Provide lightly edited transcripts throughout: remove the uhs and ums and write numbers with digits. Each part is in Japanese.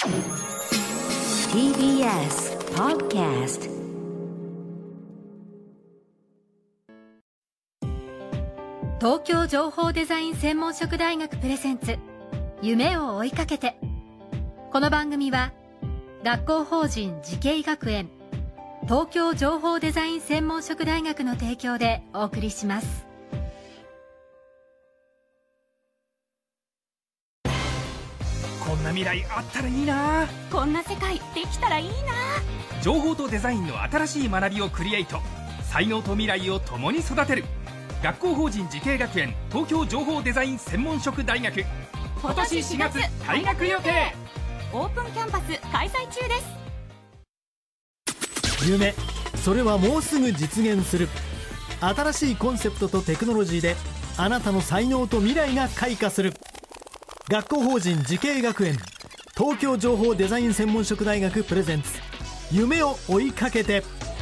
TBS Podcast。 東京情報デザイン専門職大学プレゼンツ、夢を追いかけて。この番組は学校法人慈恵学園、東京情報デザイン専門職大学の提供でお送りします。 こんな未来あったらいいな、 こんな世界できたらいいな。 情報とデザインの新しい学びをクリエイト、才能と未来を共に育てる学校法人慈恵学園東京情報デザイン専門職大学、今年4月開学予定。 オープンキャンパス開催中です。 夢、それはもうすぐ実現する。新しいコンセプトとテクノロジーであなたの才能と未来が開花する。学校法人慈恵学園東京情報デザイン専門職大学プレゼンツ、夢を追いかけて。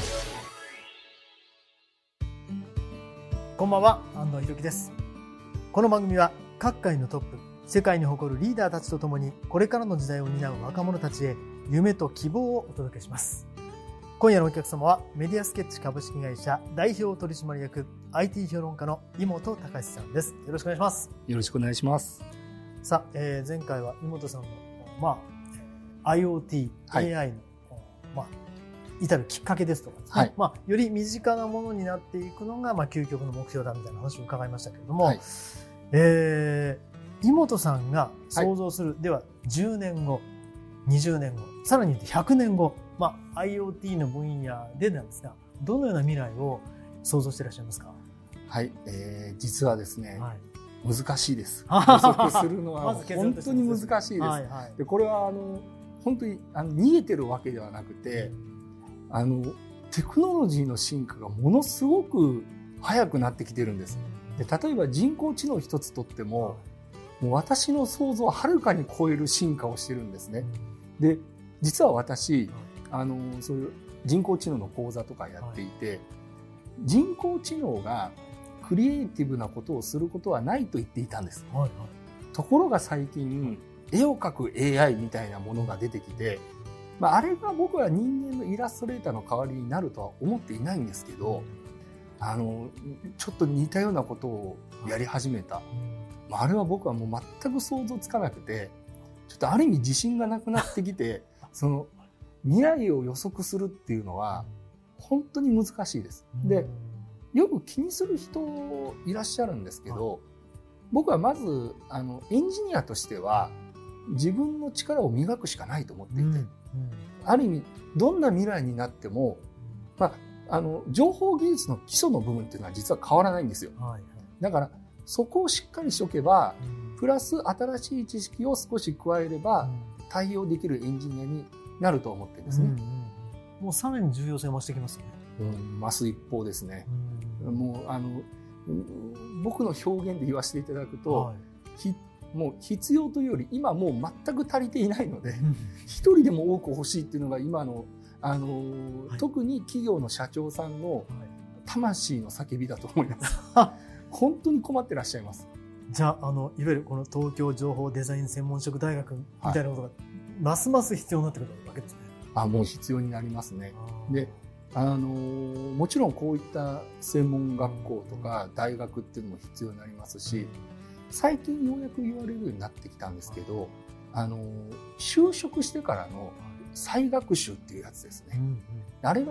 こんばんは、安藤裕樹です。この番組は各界のトップ、世界に誇るリーダーたちとともに、これからの時代を担う若者たちへ夢と希望をお届けします。今夜のお客様はメディアスケッチ株式会社代表取締役 IT 評論家の井本隆さんです。よろしくお願いします。 よろしくお願いします。 さあ、前回は井本さんの、IoT、 はい、 AI の、至るきっかけですとかですね、はい、より身近なものになっていくのが、究極の目標だみたいな話を伺いましたけれども、はい、井本さんが想像する、はい、では10年後、20年後、さらに100年後、IoT の分野でなんですが、どのような未来を想像していらっしゃいますか？ はい、実はですね、はい、難しいです。予測するのは本当に難しいです。はいはい、でこれは本当に逃げてるわけではなくて、テクノロジーの進化がものすごく早くなってきてるんです。で例えば人工知能一つとっても、もう私の想像をはるかに超える進化をしてるんですね。で実は私、そういう人工知能の講座とかやっていて、人工知能がクリエイティブなことをすることはないと言っていたんです。はいはい、ところが最近、絵を描く AI みたいなものが出てきて、あれが僕は人間のイラストレーターの代わりになるとは思っていないんですけど、ちょっと似たようなことをやり始めた。あれは僕はもう全く想像つかなくて、ちょっとある意味自信がなくなってきて、その未来を予測するっていうのは本当に難しいです。で、よく気にする人いらっしゃるんですけど、僕はまずエンジニアとしては自分の力を磨くしかないと思っていて、ある意味どんな未来になっても、情報技術の基礎の部分っていうのは実は変わらないんですよ。だからそこをしっかりしておけば、プラス新しい知識を少し加えれば対応できるエンジニアになると思ってるんですね。 もうさらに重要性を増してきますね。 増す一方ですね。もう僕の表現で言わせていただくと、もう必要というより今もう全く足りていないので、一人でも多く欲しいっていうのが今の、特に企業の社長さんの魂の叫びだと思います。本当に困ってらっしゃいます。 じゃあ、いわゆるこの東京情報デザイン専門職大学みたいなことがますます必要になってくるわけですね。 もう必要になりますね。でもちろんこういった専門学校とか大学っていうのも必要になりますし、最近ようやく言われるようになってきたんですけど、就職してからの再学習っていうやつですね。あれが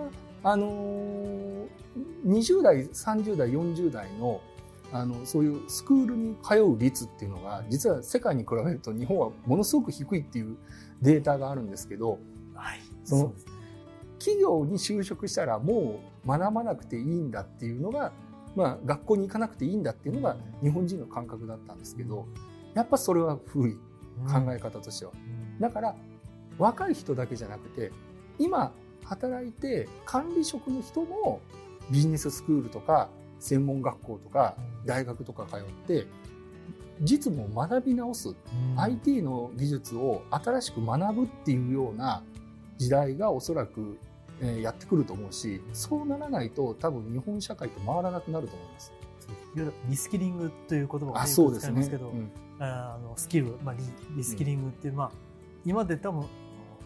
20代30代40代のそういうスクールに通う率っていうのが実は世界に比べると日本はものすごく低いっていうデータがあるんですけど、その企業に就職したらもう学ばなくていいんだっていうのが、学校に行かなくていいんだっていうのが日本人の感覚だったんですけど、やっぱそれは古い考え方としては。だから若い人だけじゃなくて、今働いて管理職の人もビジネススクールとか専門学校とか大学とか通って実務を学び直す、IT の技術を新しく学ぶっていうような時代がおそらくやってくると思うし、そうならないと多分日本社会って回らなくなると思います。 いわゆるリスキリングという言葉を使いますけど、スキル、リスキリングっていう、今まで多分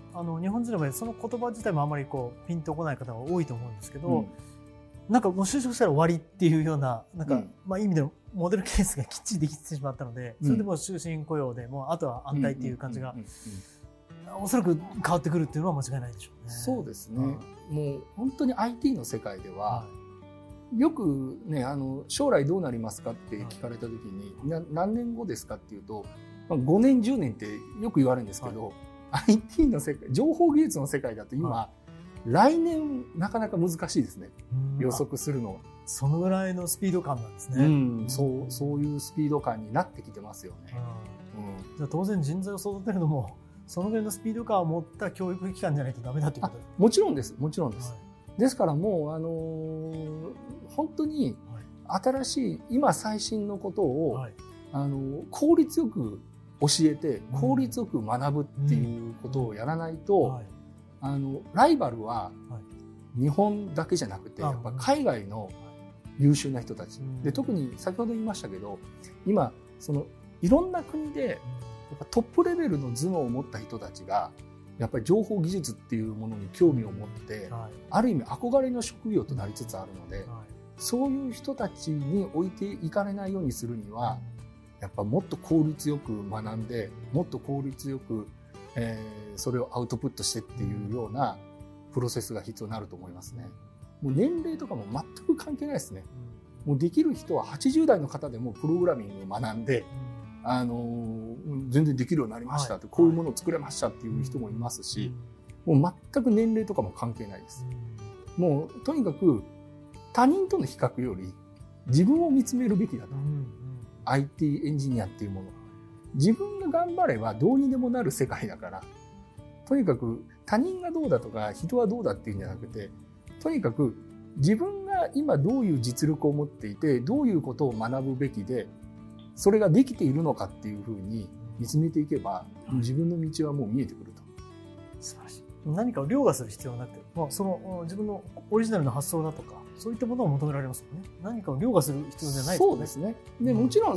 日本人の場合その言葉自体もあまりこうピンとこない方が多いと思うんですけど、なんかもう就職したら終わりっていうような、なんか、まあ意味でのモデルケースがきっちりできてしまったので、それでもう終身雇用で、もうあとは安泰っていう感じが、おそらく変わってくるっていうのは間違いないでしょうね。 そうですね。もう本当に IT の世界では、よくね、将来どうなりますかって聞かれた時に、何年後ですかっていうと、5年、10年ってよく言われるんですけど、IT の世界、情報技術の世界だと今、来年なかなか難しいですね。予測するのは。 そのぐらいのスピード感なんですね。 そういうスピード感になってきてますよね。 じゃあ当然人材を育てるのも、そのぐらいのスピード感を持った教育機関じゃないとダメだということですか？ もちろんです。もちろんです。ですからもう、本当に新しい、今最新のことを、効率よく教えて、効率よく学ぶっていうことをやらないと、ライバルは日本だけじゃなくて、やっぱ海外の優秀な人たち。で、特に先ほど言いましたけど、今、いろんな国で、やっぱトップレベルの頭脳を持った人たちが、やっぱり情報技術っていうものに興味を持って、ある意味憧れの職業となりつつあるので、そういう人たちに置いていかれないようにするには、やっぱもっと効率よく学んで、もっと効率よくそれをアウトプットしてっていうようなプロセスが必要になると思いますね。もう年齢とかも全く関係ないですね。もうできる人は80代の方でもプログラミングを学んで、全然できるようになりましたって、こういうものを作れましたっていう人もいますし、もう全く年齢とかも関係ないです。もうとにかく他人との比較より自分を見つめるべきだと。IT エンジニアっていうもの。自分が頑張ればどうにでもなる世界だから、とにかく他人がどうだとか人はどうだっていうんじゃなくて、とにかく自分が今どういう実力を持っていて、どういうことを学ぶべきで、それができているのかっていうふうに見つめていけば、自分の道はもう見えてくると。 素晴らしい。何かを凌駕する必要はなくて、その自分のオリジナルの発想だとか、そういったものを求められますもんね。何かを凌駕する必要じゃないですね。 そうですね。で、もちろん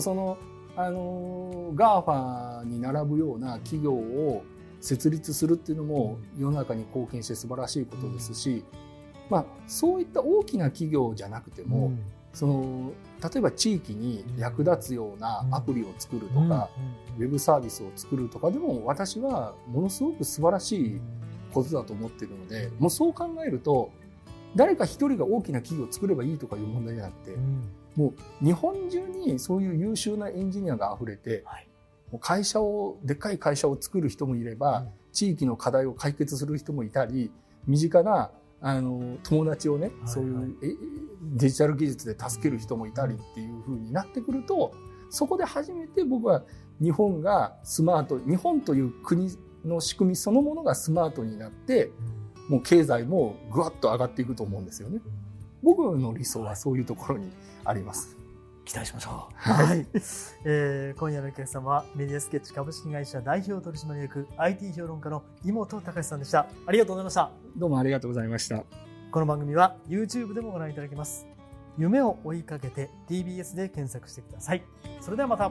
GAFA に並ぶような企業を設立するっていうのも世の中に貢献して素晴らしいことですし、そういった大きな企業じゃなくても、例えば地域に役立つようなアプリを作るとか、ウェブサービスを作るとかでも、私はものすごく素晴らしいことだと思っているので、もうそう考えると、誰か一人が大きな企業を作ればいいとかいう問題じゃなくて、もう日本中にそういう優秀なエンジニアが溢れて、もうでっかい会社を作る人もいれば、地域の課題を解決する人もいたり、身近な友達をね、そういうデジタル技術で助ける人もいたりっていう風になってくると、そこで初めて僕は日本がスマート、日本という国の仕組みそのものがスマートになって、もう経済もぐわっと上がっていくと思うんですよね。僕の理想はそういうところにあります。 期待しましょう。はい。今夜のお客様はメディアスケッチ株式会社代表取締役 IT 評論家の井本隆さんでした。ありがとうございました。 どうもありがとうございました。 この番組は YouTube でもご覧いただけます。夢を追いかけて TBS で検索してください。それではまた。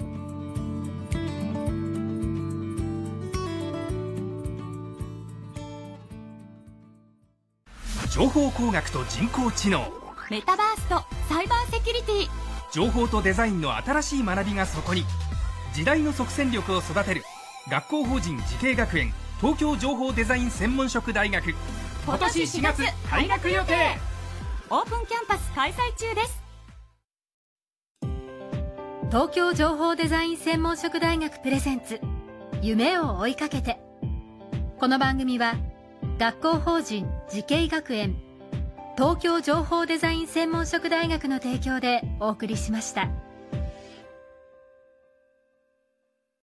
情報工学と人工知能、 メタバースとサイバーセキュリティ、 情報とデザインの新しい学びがそこに。時代の即戦力を育てる学校法人慈恵学園東京情報デザイン専門職大学、今年4月開学予定。 オープンキャンパス開催中です。 東京情報デザイン専門職大学プレゼンツ、夢を追いかけて。この番組は学校法人慈恵学園東京情報デザイン専門職大学の提供でお送りしました。